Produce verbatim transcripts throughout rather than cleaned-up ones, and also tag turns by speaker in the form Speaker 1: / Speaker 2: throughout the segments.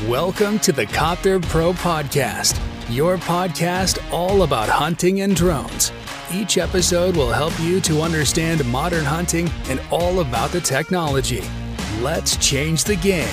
Speaker 1: Welcome to the Copter Pro Podcast, your podcast all about hunting and drones. Each episode will help you to understand modern hunting and all about the technology. Let's change the game.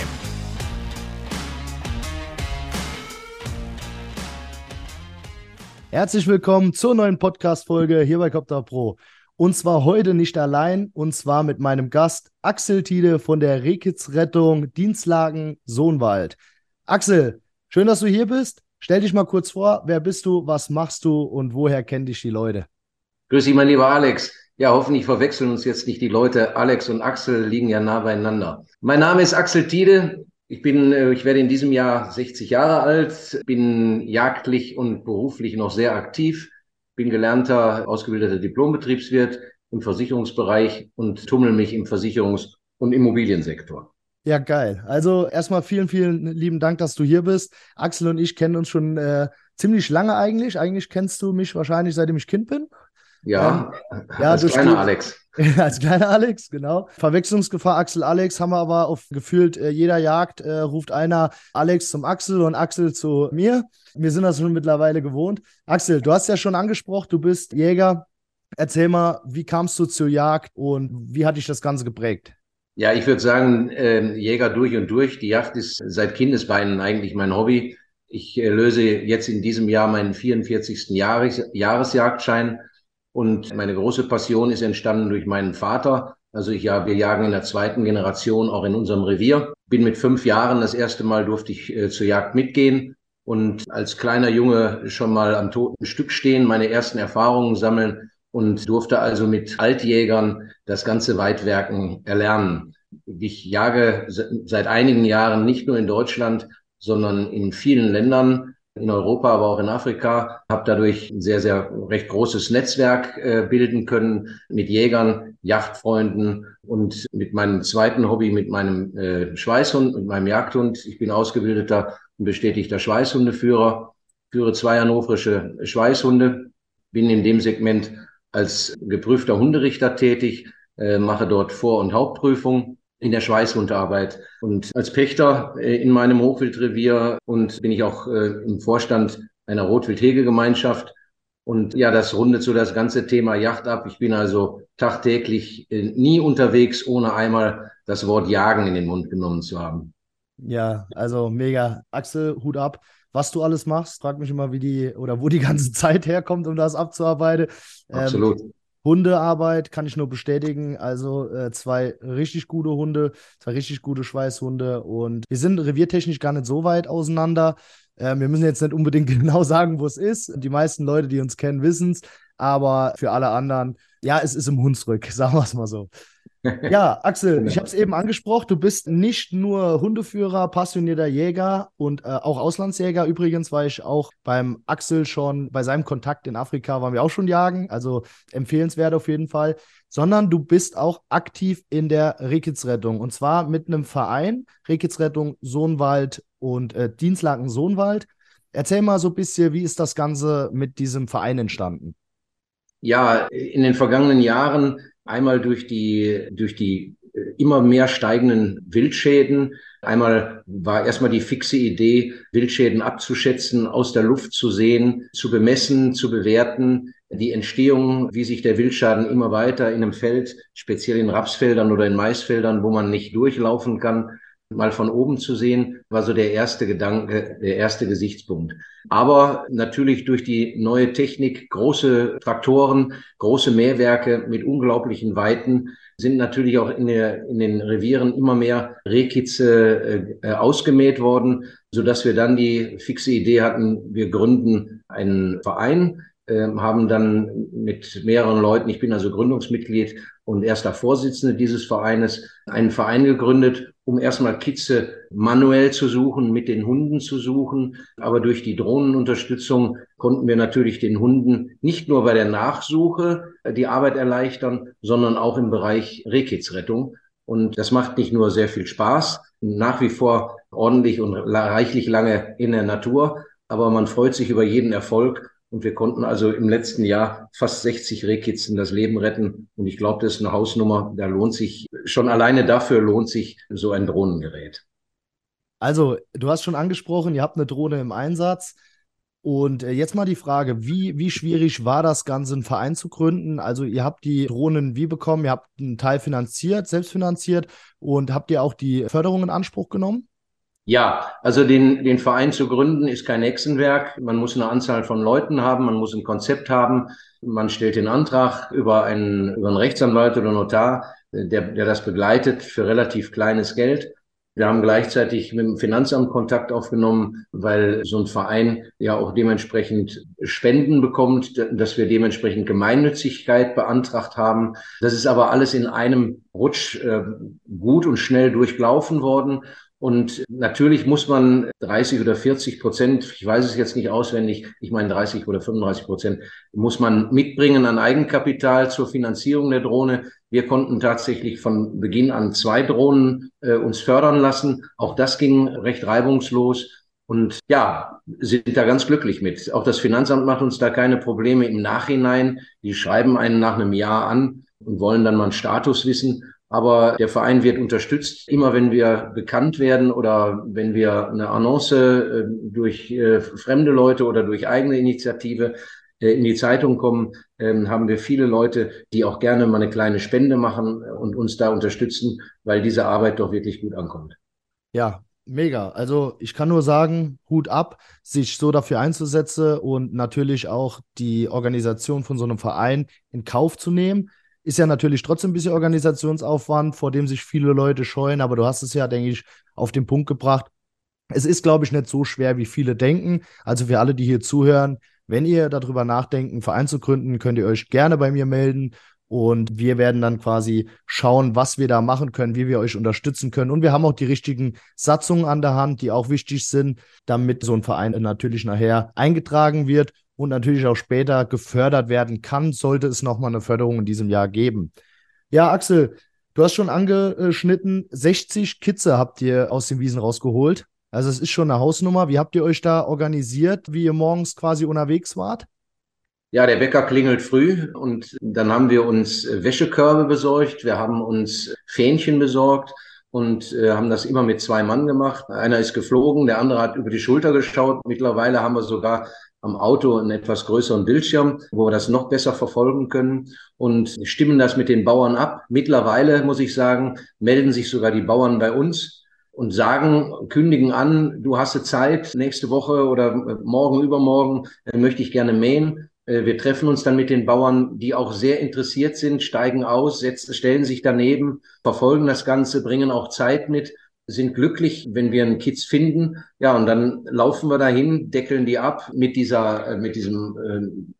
Speaker 2: Herzlich willkommen zur neuen Podcast-Folge hier bei Copter Pro. Und zwar heute nicht allein, und zwar mit meinem Gast Axel Thiede von der Rehkitzrettung Dinslaken Soonwald. Axel, schön, dass du hier bist. Stell dich mal kurz vor, wer bist du, was machst du und woher kennen dich die Leute?
Speaker 3: Grüß dich, mein lieber Alex. Ja, hoffentlich verwechseln uns jetzt nicht die Leute. Alex und Axel liegen ja nah beieinander. Mein Name ist Axel Thiede. Ich bin, ich werde in diesem Jahr sechzig Jahre alt, bin jagdlich und beruflich noch sehr aktiv, bin gelernter, ausgebildeter Diplombetriebswirt im Versicherungsbereich und tummel mich im Versicherungs- und Immobiliensektor.
Speaker 2: Ja, geil. Also erstmal vielen, vielen lieben Dank, dass du hier bist. Axel und ich kennen uns schon äh, ziemlich lange eigentlich. Eigentlich kennst du mich wahrscheinlich, seitdem ich Kind bin.
Speaker 3: Ja,
Speaker 2: ähm, ja
Speaker 3: als kleiner Alex.
Speaker 2: Als kleiner Alex, genau. Verwechslungsgefahr Axel, Alex haben wir aber auf gefühlt äh, jeder Jagd äh, ruft einer Alex zum Axel und Axel zu mir. Wir sind das schon mittlerweile gewohnt. Axel, du hast ja schon angesprochen, du bist Jäger. Erzähl mal, wie kamst du zur Jagd und wie hat dich das Ganze geprägt?
Speaker 3: Ja, ich würde sagen, äh, Jäger durch und durch. Die Jagd ist seit Kindesbeinen eigentlich mein Hobby. Ich äh, löse jetzt in diesem Jahr meinen vierundvierzigsten Jahres Jahresjagdschein. Und meine große Passion ist entstanden durch meinen Vater. Also ich ja, wir jagen in der zweiten Generation auch in unserem Revier. Bin mit fünf Jahren das erste Mal durfte ich äh, zur Jagd mitgehen und als kleiner Junge schon mal am toten Stück stehen, meine ersten Erfahrungen sammeln und durfte also mit Altjägern das ganze Weitwerken erlernen. Ich jage seit einigen Jahren nicht nur in Deutschland, sondern in vielen Ländern. In Europa, aber auch in Afrika, habe dadurch ein sehr, sehr recht großes Netzwerk äh, bilden können mit Jägern, Jagdfreunden und mit meinem zweiten Hobby, mit meinem äh, Schweißhund, mit meinem Jagdhund. Ich bin ausgebildeter und bestätigter Schweißhundeführer, führe zwei hannoverische Schweißhunde, bin in dem Segment als geprüfter Hunderichter tätig, äh, mache dort Vor- und Hauptprüfung in der Schweißhundarbeit und als Pächter äh, in meinem Hochwildrevier und bin ich auch äh, im Vorstand einer Rotwildhegegemeinschaft. Und ja, das rundet so das ganze Thema Yacht ab. Ich bin also tagtäglich äh, nie unterwegs, ohne einmal das Wort Jagen in den Mund genommen zu haben.
Speaker 2: Ja, also mega. Axel, Hut ab. Was du alles machst, frag mich immer, wie die oder wo die ganze Zeit herkommt, um das abzuarbeiten.
Speaker 3: Absolut.
Speaker 2: Ähm, Hundearbeit kann ich nur bestätigen. Also äh, zwei richtig gute Hunde, zwei richtig gute Schweißhunde und wir sind reviertechnisch gar nicht so weit auseinander. Ähm, wir müssen jetzt nicht unbedingt genau sagen, wo es ist. Die meisten Leute, die uns kennen, wissen es. Aber für alle anderen, ja, es ist im Hunsrück, sagen wir es mal so. Ja, Axel, ich habe es eben angesprochen, du bist nicht nur Hundeführer, passionierter Jäger und äh, auch Auslandsjäger. Übrigens war ich auch beim Axel schon, bei seinem Kontakt in Afrika waren wir auch schon jagen, also empfehlenswert auf jeden Fall. Sondern du bist auch aktiv in der Rehkitzrettung und zwar mit einem Verein, Rehkitzrettung Soonwald und äh, Dinslaken Soonwald. Erzähl mal so ein bisschen, wie ist das Ganze mit diesem Verein entstanden?
Speaker 3: Ja, in den vergangenen Jahren einmal durch die, durch die immer mehr steigenden Wildschäden. Einmal war erstmal die fixe Idee, Wildschäden abzuschätzen, aus der Luft zu sehen, zu bemessen, zu bewerten. Die Entstehung, wie sich der Wildschaden immer weiter in einem Feld, speziell in Rapsfeldern oder in Maisfeldern, wo man nicht durchlaufen kann, mal von oben zu sehen, war so der erste Gedanke, der erste Gesichtspunkt. Aber natürlich durch die neue Technik, große Traktoren, große Mähwerke mit unglaublichen Weiten, sind natürlich auch in, der, in den Revieren immer mehr Rehkitze äh, ausgemäht worden, sodass wir dann die fixe Idee hatten, wir gründen einen Verein, äh, haben dann mit mehreren Leuten, ich bin also Gründungsmitglied und erster Vorsitzender dieses Vereines, einen Verein gegründet, um erstmal Kitze manuell zu suchen, mit den Hunden zu suchen. Aber durch die Drohnenunterstützung konnten wir natürlich den Hunden nicht nur bei der Nachsuche die Arbeit erleichtern, sondern auch im Bereich Rehkitzrettung. Und das macht nicht nur sehr viel Spaß, nach wie vor ordentlich und reichlich lange in der Natur, aber man freut sich über jeden Erfolg. Und wir konnten also im letzten Jahr fast sechzig Rehkitzen das Leben retten. Und ich glaube, das ist eine Hausnummer. Da lohnt sich, schon alleine dafür lohnt sich so ein Drohnengerät.
Speaker 2: Also, du hast schon angesprochen, ihr habt eine Drohne im Einsatz. Und äh, jetzt mal die Frage, wie, wie schwierig war das Ganze, einen Verein zu gründen? Also ihr habt die Drohnen wie bekommen, ihr habt einen Teil finanziert, selbst finanziert und habt ihr auch die Förderung in Anspruch genommen?
Speaker 3: Ja, also den, den Verein zu gründen ist kein Hexenwerk. Man muss eine Anzahl von Leuten haben, man muss ein Konzept haben, man stellt den Antrag über einen, über einen Rechtsanwalt oder Notar, der, der das begleitet für relativ kleines Geld. Wir haben gleichzeitig mit dem Finanzamt Kontakt aufgenommen, weil so ein Verein ja auch dementsprechend Spenden bekommt, dass wir dementsprechend Gemeinnützigkeit beantragt haben. Das ist aber alles in einem Rutsch äh, gut und schnell durchlaufen worden. Und natürlich muss man dreißig oder vierzig Prozent, ich weiß es jetzt nicht auswendig, ich meine dreißig oder fünfunddreißig Prozent, muss man mitbringen an Eigenkapital zur Finanzierung der Drohne. Wir konnten tatsächlich von Beginn an zwei Drohnen äh, uns fördern lassen. Auch das ging recht reibungslos. Und ja, sind da ganz glücklich mit. Auch das Finanzamt macht uns da keine Probleme im Nachhinein. Die schreiben einen nach einem Jahr an und wollen dann mal einen Status wissen. Aber der Verein wird unterstützt. Immer wenn wir bekannt werden oder wenn wir eine Annonce äh, durch äh, fremde Leute oder durch eigene Initiative äh, in die Zeitung kommen, äh, haben wir viele Leute, die auch gerne mal eine kleine Spende machen und uns da unterstützen, weil diese Arbeit doch wirklich gut ankommt.
Speaker 2: Ja, mega. Also ich kann nur sagen, Hut ab, sich so dafür einzusetzen und natürlich auch die Organisation von so einem Verein in Kauf zu nehmen. Ist ja natürlich trotzdem ein bisschen Organisationsaufwand, vor dem sich viele Leute scheuen, aber du hast es ja, denke ich, auf den Punkt gebracht. Es ist, glaube ich, nicht so schwer, wie viele denken. Also für alle, die hier zuhören, wenn ihr darüber nachdenkt, einen Verein zu gründen, könnt ihr euch gerne bei mir melden und wir werden dann quasi schauen, was wir da machen können, wie wir euch unterstützen können. Und wir haben auch die richtigen Satzungen an der Hand, die auch wichtig sind, damit so ein Verein natürlich nachher eingetragen wird und natürlich auch später gefördert werden kann, sollte es nochmal eine Förderung in diesem Jahr geben. Ja, Axel, du hast schon angeschnitten, sechzig Kitze habt ihr aus den Wiesen rausgeholt. Also es ist schon eine Hausnummer. Wie habt ihr euch da organisiert, wie ihr morgens quasi unterwegs wart?
Speaker 3: Ja, der Wecker klingelt früh und dann haben wir uns Wäschekörbe besorgt, wir haben uns Fähnchen besorgt und äh, haben das immer mit zwei Mann gemacht. Einer ist geflogen, der andere hat über die Schulter geschaut. Mittlerweile haben wir sogar am Auto einen etwas größeren Bildschirm, wo wir das noch besser verfolgen können und stimmen das mit den Bauern ab. Mittlerweile, muss ich sagen, melden sich sogar die Bauern bei uns und sagen, kündigen an, du hast Zeit, nächste Woche oder morgen, übermorgen äh, möchte ich gerne mähen. Äh, wir treffen uns dann mit den Bauern, die auch sehr interessiert sind, steigen aus, setzen, stellen sich daneben, verfolgen das Ganze, bringen auch Zeit mit, sind glücklich, wenn wir einen Kitz finden. Ja, und dann laufen wir dahin, deckeln die ab mit dieser, äh, mit diesem äh,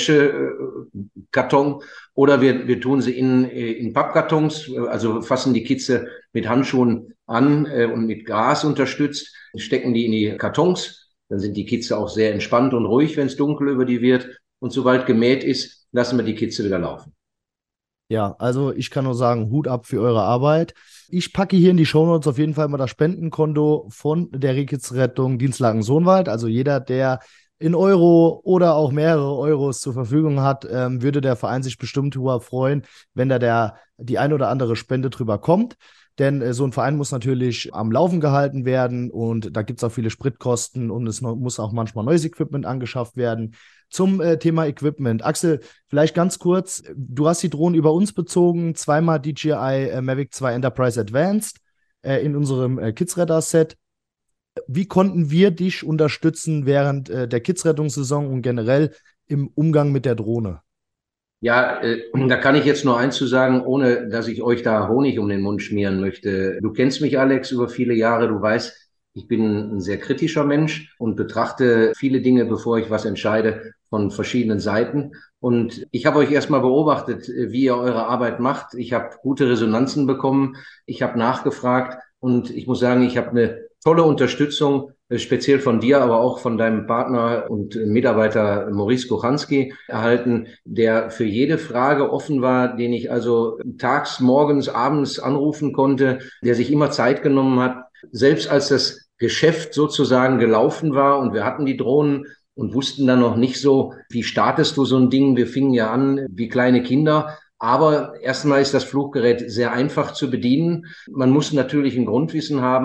Speaker 3: Wäschekarton oder wir, wir tun sie in, in Pappkartons, also fassen die Kitze mit Handschuhen an äh, und mit Gras unterstützt, stecken die in die Kartons. Dann sind die Kitze auch sehr entspannt und ruhig, wenn es dunkel über die wird. Und sobald gemäht ist, lassen wir die Kitze wieder laufen.
Speaker 2: Ja, also ich kann nur sagen, Hut ab für eure Arbeit. Ich packe hier in die Shownotes auf jeden Fall mal das Spendenkonto von der Rehkitzrettung Dienstlaken-Sohnwald. Also jeder, der in Euro oder auch mehrere Euros zur Verfügung hat, ähm, würde der Verein sich bestimmt drüber freuen, wenn da der, die ein oder andere Spende drüber kommt. Denn äh, so ein Verein muss natürlich am Laufen gehalten werden und da gibt es auch viele Spritkosten und es no- muss auch manchmal neues Equipment angeschafft werden. Zum äh, Thema Equipment. Axel, vielleicht ganz kurz, du hast die Drohnen über uns bezogen, zweimal D J I äh, Mavic zwei Enterprise Advanced äh, in unserem äh, Kidsretter-Set. Wie konnten wir dich unterstützen während äh, der Kidsrettungssaison und generell im Umgang mit der Drohne?
Speaker 3: Ja, äh, da kann ich jetzt nur eins zu sagen, ohne dass ich euch da Honig um den Mund schmieren möchte. Du kennst mich, Alex, über viele Jahre. Du weißt, ich bin ein sehr kritischer Mensch und betrachte viele Dinge, bevor ich was entscheide, von verschiedenen Seiten. Und ich habe euch erstmal beobachtet, wie ihr eure Arbeit macht. Ich habe gute Resonanzen bekommen. Ich habe nachgefragt und ich muss sagen, ich habe eine tolle Unterstützung, speziell von dir, aber auch von deinem Partner und Mitarbeiter Maurice Kochanski erhalten, der für jede Frage offen war, den ich also tags, morgens, abends anrufen konnte, der sich immer Zeit genommen hat. Selbst als das Geschäft sozusagen gelaufen war und wir hatten die Drohnen und wussten dann noch nicht so, wie startest du so ein Ding? Wir fingen ja an wie kleine Kinder. Aber erstmal ist das Fluggerät sehr einfach zu bedienen. Man muss natürlich ein Grundwissen haben.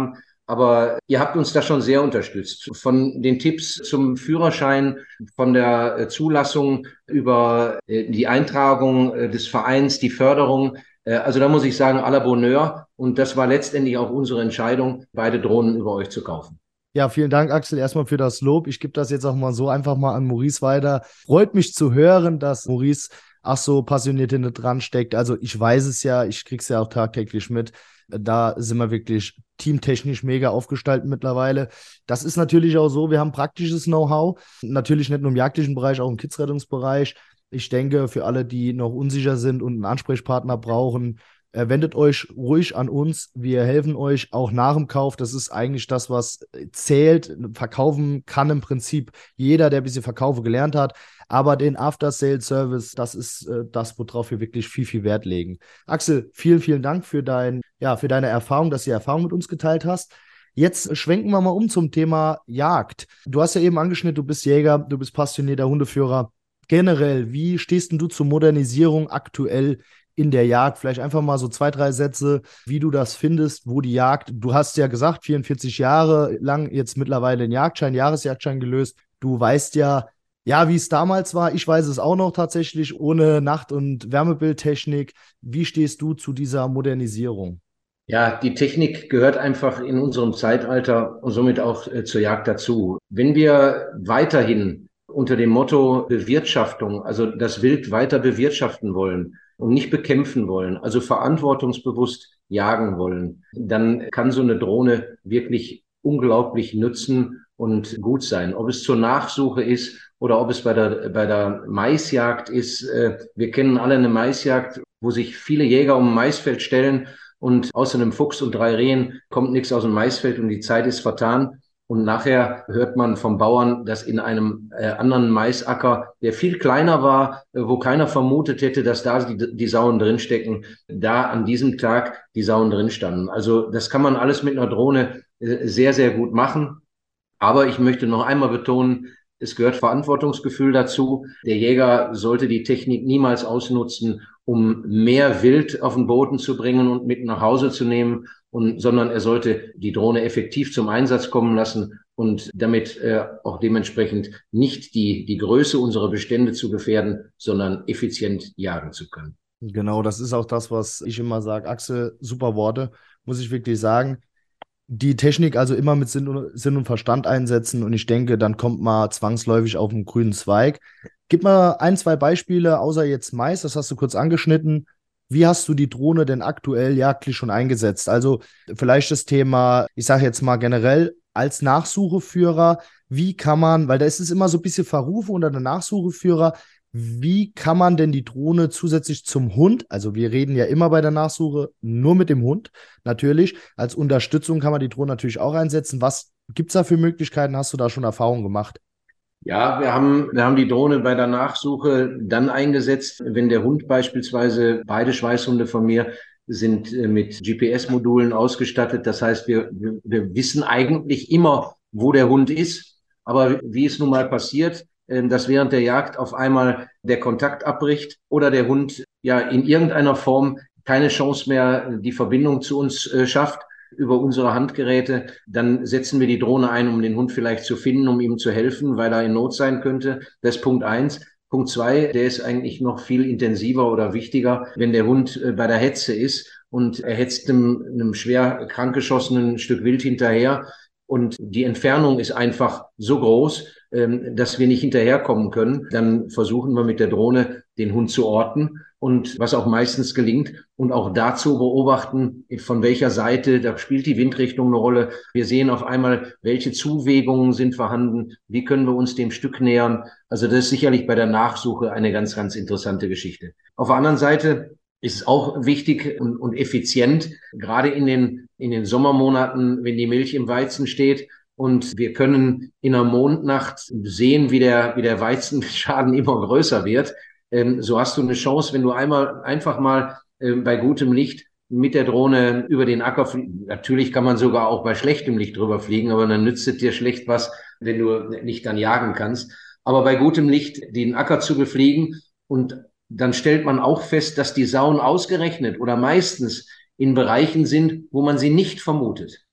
Speaker 3: Aber ihr habt uns da schon sehr unterstützt. Von den Tipps zum Führerschein, von der Zulassung über die Eintragung des Vereins, die Förderung. Also da muss ich sagen, à la Bonheur. Und das war letztendlich auch unsere Entscheidung, beide Drohnen über euch zu kaufen.
Speaker 2: Ja, vielen Dank, Axel, erstmal für das Lob. Ich gebe das jetzt auch mal so einfach mal an Maurice weiter. Freut mich zu hören, dass Maurice ach so passioniert hinten dran steckt. Also ich weiß es ja, ich krieg's ja auch tagtäglich mit. Da sind wir wirklich teamtechnisch mega aufgestaltet mittlerweile. Das ist natürlich auch so, wir haben praktisches Know-how, natürlich nicht nur im jagdlichen Bereich, auch im Kidsrettungsbereich. Ich denke, für alle, die noch unsicher sind und einen Ansprechpartner brauchen, äh, wendet euch ruhig an uns. Wir helfen euch auch nach dem Kauf. Das ist eigentlich das, was zählt. Verkaufen kann im Prinzip jeder, der ein bisschen Verkaufe gelernt hat. Aber den After-Sales-Service, das ist äh, das, worauf wir wirklich viel, viel Wert legen. Axel, vielen, vielen Dank für, dein, ja, für deine Erfahrung, dass du die Erfahrung mit uns geteilt hast. Jetzt schwenken wir mal um zum Thema Jagd. Du hast ja eben angeschnitten, du bist Jäger, du bist passionierter Hundeführer. Generell, wie stehst denn du zur Modernisierung aktuell in der Jagd? Vielleicht einfach mal so zwei, drei Sätze, wie du das findest, wo die Jagd, du hast ja gesagt, vierundvierzig Jahre lang jetzt mittlerweile den Jagdschein, Jahresjagdschein gelöst. Du weißt ja, ja, wie es damals war. Ich weiß es auch noch tatsächlich, ohne Nacht- und Wärmebildtechnik. Wie stehst du zu dieser Modernisierung?
Speaker 3: Ja, die Technik gehört einfach in unserem Zeitalter und somit auch äh, zur Jagd dazu. Wenn wir weiterhin unter dem Motto Bewirtschaftung, also das Wild weiter bewirtschaften wollen und nicht bekämpfen wollen, also verantwortungsbewusst jagen wollen, dann kann so eine Drohne wirklich unglaublich nützen und gut sein. Ob es zur Nachsuche ist oder ob es bei der, bei der Maisjagd ist. Äh, wir kennen alle eine Maisjagd, wo sich viele Jäger um ein Maisfeld stellen und außer einem Fuchs und drei Rehen kommt nichts aus dem Maisfeld und die Zeit ist vertan. Und nachher hört man vom Bauern, dass in einem äh, anderen Maisacker, der viel kleiner war, äh, wo keiner vermutet hätte, dass da die, die Sauen drinstecken, da an diesem Tag die Sauen drin standen. Also das kann man alles mit einer Drohne äh, sehr, sehr gut machen. Aber ich möchte noch einmal betonen, es gehört Verantwortungsgefühl dazu. Der Jäger sollte die Technik niemals ausnutzen, um mehr Wild auf den Boden zu bringen und mit nach Hause zu nehmen, und, sondern er sollte die Drohne effektiv zum Einsatz kommen lassen und damit äh, auch dementsprechend nicht die, die Größe unserer Bestände zu gefährden, sondern effizient jagen zu können.
Speaker 2: Genau, das ist auch das, was ich immer sage. Axel, super Worte, muss ich wirklich sagen. Die Technik also immer mit Sinn und, Sinn und Verstand einsetzen und ich denke, dann kommt man zwangsläufig auf einen grünen Zweig. Gib mal ein, zwei Beispiele, außer jetzt Mais, das hast du kurz angeschnitten. Wie hast du die Drohne denn aktuell jagdlich schon eingesetzt? Also vielleicht das Thema, ich sage jetzt mal generell, als Nachsucheführer, wie kann man, weil da ist es immer so ein bisschen Verrufe unter den Nachsucheführer, wie kann man denn die Drohne zusätzlich zum Hund, also wir reden ja immer bei der Nachsuche nur mit dem Hund, natürlich, als Unterstützung kann man die Drohne natürlich auch einsetzen. Was gibt es da für Möglichkeiten? Hast du da schon Erfahrungen gemacht?
Speaker 3: Ja, wir haben, wir haben die Drohne bei der Nachsuche dann eingesetzt, wenn der Hund beispielsweise, beide Schweißhunde von mir sind mit G P S-Modulen ausgestattet. Das heißt, wir, wir, wir wissen eigentlich immer, wo der Hund ist. Aber wie es nun mal passiert, dass während der Jagd auf einmal der Kontakt abbricht oder der Hund ja in irgendeiner Form keine Chance mehr die Verbindung zu uns äh, schafft über unsere Handgeräte, dann setzen wir die Drohne ein, um den Hund vielleicht zu finden, um ihm zu helfen, weil er in Not sein könnte. Das ist Punkt eins. Punkt zwei, der ist eigentlich noch viel intensiver oder wichtiger, wenn der Hund äh, bei der Hetze ist und er hetzt einem, einem schwer krankgeschossenen Stück Wild hinterher und die Entfernung ist einfach so groß, dass wir nicht hinterherkommen können, dann versuchen wir mit der Drohne den Hund zu orten und was auch meistens gelingt und auch dazu beobachten, von welcher Seite, da spielt die Windrichtung eine Rolle. Wir sehen auf einmal, welche Zuwägungen sind vorhanden, wie können wir uns dem Stück nähern. Also das ist sicherlich bei der Nachsuche eine ganz, ganz interessante Geschichte. Auf der anderen Seite ist es auch wichtig und, und effizient, gerade in den, in den Sommermonaten, wenn die Milch im Weizen steht, und wir können in einer Mondnacht sehen, wie der, wie der Weizenschaden immer größer wird. Ähm, so hast du eine Chance, wenn du einmal, einfach mal äh, bei gutem Licht mit der Drohne über den Acker fliegen. Natürlich kann man sogar auch bei schlechtem Licht drüber fliegen, aber dann nützt es dir schlecht was, wenn du nicht dann jagen kannst. Aber bei gutem Licht den Acker zu befliegen und dann stellt man auch fest, dass die Sauen ausgerechnet oder meistens in Bereichen sind, wo man sie nicht vermutet.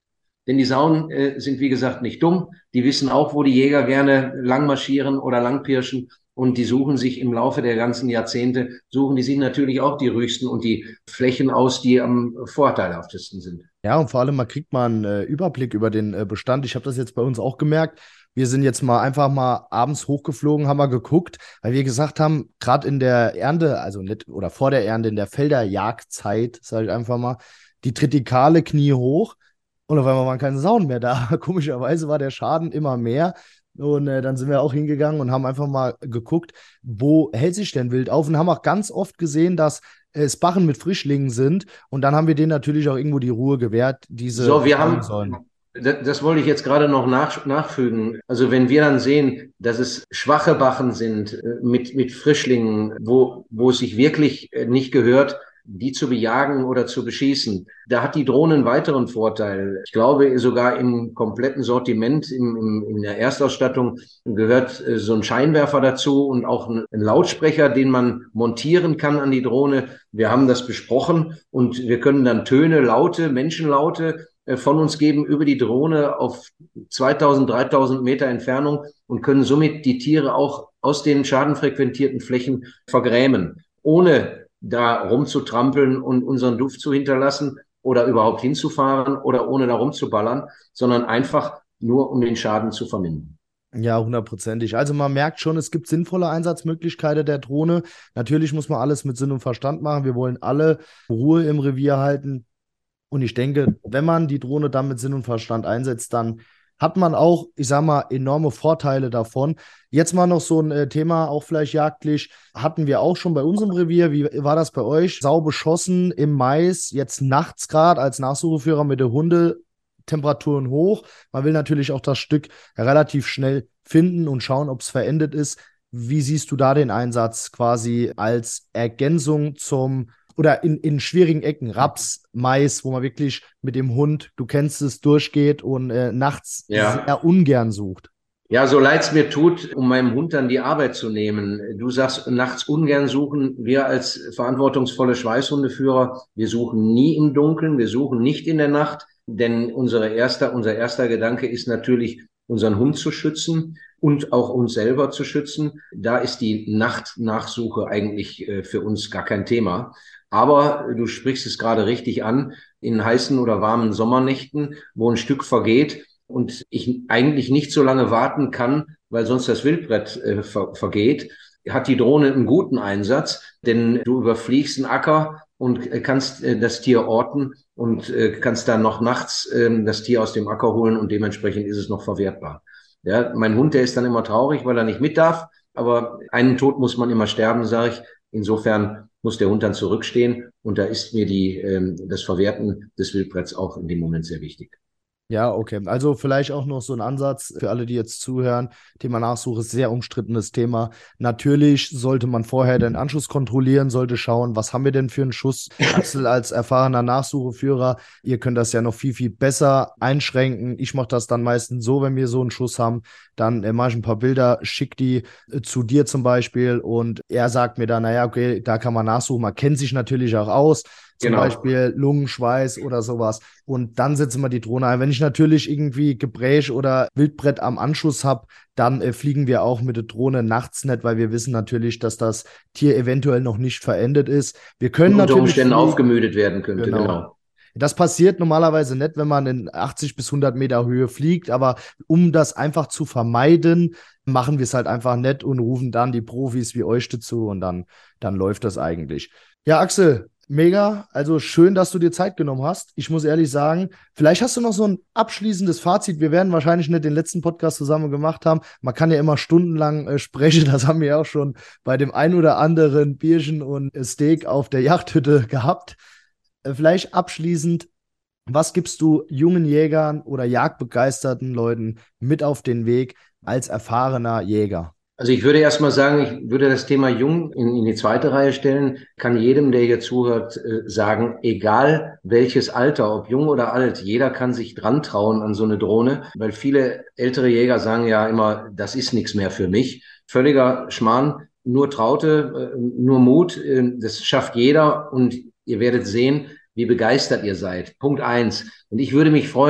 Speaker 3: Denn die Sauen äh, sind, wie gesagt, nicht dumm. Die wissen auch, wo die Jäger gerne lang marschieren oder lang pirschen. Und die suchen sich im Laufe der ganzen Jahrzehnte, suchen die sich natürlich auch die ruhigsten und die Flächen aus, die am vorteilhaftesten sind.
Speaker 2: Ja, und vor allem, man kriegt mal einen äh, Überblick über den äh, Bestand. Ich habe das jetzt bei uns auch gemerkt. Wir sind jetzt mal einfach mal abends hochgeflogen, haben mal geguckt, weil wir gesagt haben, gerade in der Ernte, also nicht, oder vor der Ernte, in der Felderjagdzeit, sage ich einfach mal, die tritt die kahle Knie hoch und auf einmal waren keine Sauen mehr da. Komischerweise war der Schaden immer mehr. Und äh, dann sind wir auch hingegangen und haben einfach mal geguckt, wo hält sich denn Wild auf, und haben auch ganz oft gesehen, dass es Bachen mit Frischlingen sind, und dann haben wir denen natürlich auch irgendwo die Ruhe gewährt, diese
Speaker 3: So, wir
Speaker 2: bleiben
Speaker 3: haben,
Speaker 2: sollen.
Speaker 3: das, das wollte ich jetzt gerade noch nach, nachfügen. Also wenn wir dann sehen, dass es schwache Bachen sind äh, mit, mit Frischlingen, wo, wo es sich wirklich äh, nicht gehört, die zu bejagen oder zu beschießen, da hat die Drohne einen weiteren Vorteil. Ich glaube, sogar im kompletten Sortiment, im, im, in der Erstausstattung gehört äh, so ein Scheinwerfer dazu und auch ein, ein Lautsprecher, den man montieren kann an die Drohne. Wir haben das besprochen und wir können dann Töne, Laute, Menschenlaute äh, von uns geben über die Drohne auf zweitausend, dreitausend Meter Entfernung und können somit die Tiere auch aus den schadenfrequentierten Flächen vergrämen, ohne da rumzutrampeln und unseren Duft zu hinterlassen oder überhaupt hinzufahren oder ohne da rumzuballern, sondern einfach nur, um den Schaden zu vermindern.
Speaker 2: Ja, hundertprozentig. Also man merkt schon, es gibt sinnvolle Einsatzmöglichkeiten der Drohne. Natürlich muss man alles mit Sinn und Verstand machen. Wir wollen alle Ruhe im Revier halten. Und ich denke, wenn man die Drohne dann mit Sinn und Verstand einsetzt, dann hat man auch, ich sag mal, enorme Vorteile davon. Jetzt mal noch so ein äh, Thema, auch vielleicht jagdlich, hatten wir auch schon bei uns im Revier. Wie war das bei euch? Sau beschossen im Mais, jetzt nachts gerade als Nachsucheführer mit der Hunde, Temperaturen hoch. Man will natürlich auch das Stück relativ schnell finden und schauen, ob es verendet ist. Wie siehst du da den Einsatz quasi als Ergänzung zum oder in, in schwierigen Ecken, Raps, Mais, wo man wirklich mit dem Hund, du kennst es, durchgeht und äh, nachts
Speaker 3: Ja.
Speaker 2: sehr ungern sucht?
Speaker 3: Ja, so leid's mir tut, um meinem Hund dann die Arbeit zu nehmen. Du sagst, nachts ungern suchen. Wir als verantwortungsvolle Schweißhundeführer, wir suchen nie im Dunkeln, wir suchen nicht in der Nacht, denn unsere erster, unser erster Gedanke ist natürlich, unseren Hund zu schützen und auch uns selber zu schützen. Da ist die Nachtnachsuche eigentlich äh, für uns gar kein Thema. Aber du sprichst es gerade richtig an, in heißen oder warmen Sommernächten, wo ein Stück vergeht und ich eigentlich nicht so lange warten kann, weil sonst das Wildbrett äh, ver vergeht, hat die Drohne einen guten Einsatz, denn du überfliegst einen Acker und äh, kannst äh, das Tier orten und äh, kannst dann noch nachts äh, das Tier aus dem Acker holen und dementsprechend ist es noch verwertbar. Ja, mein Hund, der ist dann immer traurig, weil er nicht mit darf, aber einen Tod muss man immer sterben, sage ich. Insofern muss der Hund dann zurückstehen und da ist mir die, ähm, das Verwerten des Wildbretts auch in dem Moment sehr wichtig.
Speaker 2: Ja, okay. Also vielleicht auch noch so ein Ansatz für alle, die jetzt zuhören. Thema Nachsuche ist sehr umstrittenes Thema. Natürlich sollte man vorher den Anschuss kontrollieren, sollte schauen, was haben wir denn für einen Schuss. Axel als erfahrener Nachsucheführer, ihr könnt das ja noch viel, viel besser einschränken. Ich mache das dann meistens so, wenn wir so einen Schuss haben, dann äh, mache ich ein paar Bilder, schick die äh, zu dir zum Beispiel und er sagt mir dann, naja, okay, da kann man nachsuchen. Man kennt sich natürlich auch aus. Zum
Speaker 3: Genau.
Speaker 2: Beispiel Lungenschweiß oder sowas. Und dann setzen wir die Drohne ein. Wenn ich natürlich irgendwie Gebräsch oder Wildbrett am Anschuss habe, dann äh, fliegen wir auch mit der Drohne nachts nicht, weil wir wissen natürlich, dass das Tier eventuell noch nicht verendet ist. Wir können
Speaker 3: Und unter
Speaker 2: natürlich
Speaker 3: Umständen
Speaker 2: fliegen.
Speaker 3: aufgemüdet werden könnte,
Speaker 2: Genau.
Speaker 3: genau.
Speaker 2: Das passiert normalerweise nicht, wenn man in achtzig bis hundert Meter Höhe fliegt, aber um das einfach zu vermeiden, machen wir es halt einfach nicht und rufen dann die Profis wie euch dazu und dann, dann läuft das eigentlich. Ja, Axel, mega. Also schön, dass du dir Zeit genommen hast. Ich muss ehrlich sagen, vielleicht hast du noch so ein abschließendes Fazit. Wir werden wahrscheinlich nicht den letzten Podcast zusammen gemacht haben. Man kann ja immer stundenlang äh, sprechen. Das haben wir ja auch schon bei dem ein oder anderen Bierchen und Steak auf der Jagdhütte gehabt. Äh, vielleicht abschließend, was gibst du jungen Jägern oder jagdbegeisterten Leuten mit auf den Weg als erfahrener Jäger?
Speaker 3: Also ich würde erst mal sagen, ich würde das Thema Jung in, in die zweite Reihe stellen, kann jedem, der hier zuhört, äh, sagen, egal welches Alter, ob jung oder alt, jeder kann sich dran trauen an so eine Drohne, weil viele ältere Jäger sagen ja immer, das ist nichts mehr für mich. Völliger Schmarrn, nur Traute, äh, nur Mut, äh, das schafft jeder und ihr werdet sehen, wie begeistert ihr seid. Punkt eins. Und ich würde mich freuen,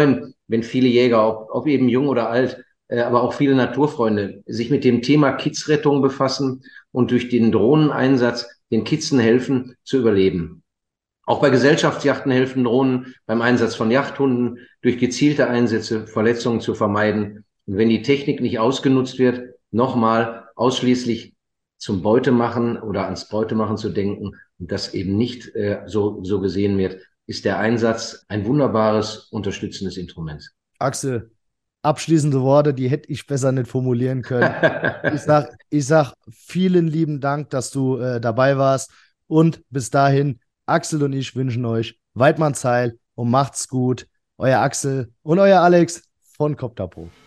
Speaker 3: wenn viele Jäger, ob, ob eben jung oder alt, äh, aber auch viele Naturfreunde sich mit dem Thema Kidsrettung befassen und durch den Drohneneinsatz den Kidsen helfen zu überleben. Auch bei Gesellschaftsjachten helfen Drohnen beim Einsatz von Yachthunden durch gezielte Einsätze Verletzungen zu vermeiden. Und wenn die Technik nicht ausgenutzt wird, nochmal ausschließlich zum Beutemachen oder ans Beutemachen zu denken und das eben nicht äh, so, so gesehen wird, ist der Einsatz ein wunderbares, unterstützendes Instrument.
Speaker 2: Axel, abschließende Worte, die hätte ich besser nicht formulieren können. Ich sag, ich sag vielen lieben Dank, dass du äh, dabei warst und bis dahin, Axel und ich wünschen euch Weidmannsheil und macht's gut. Euer Axel und euer Alex von Copter Pro.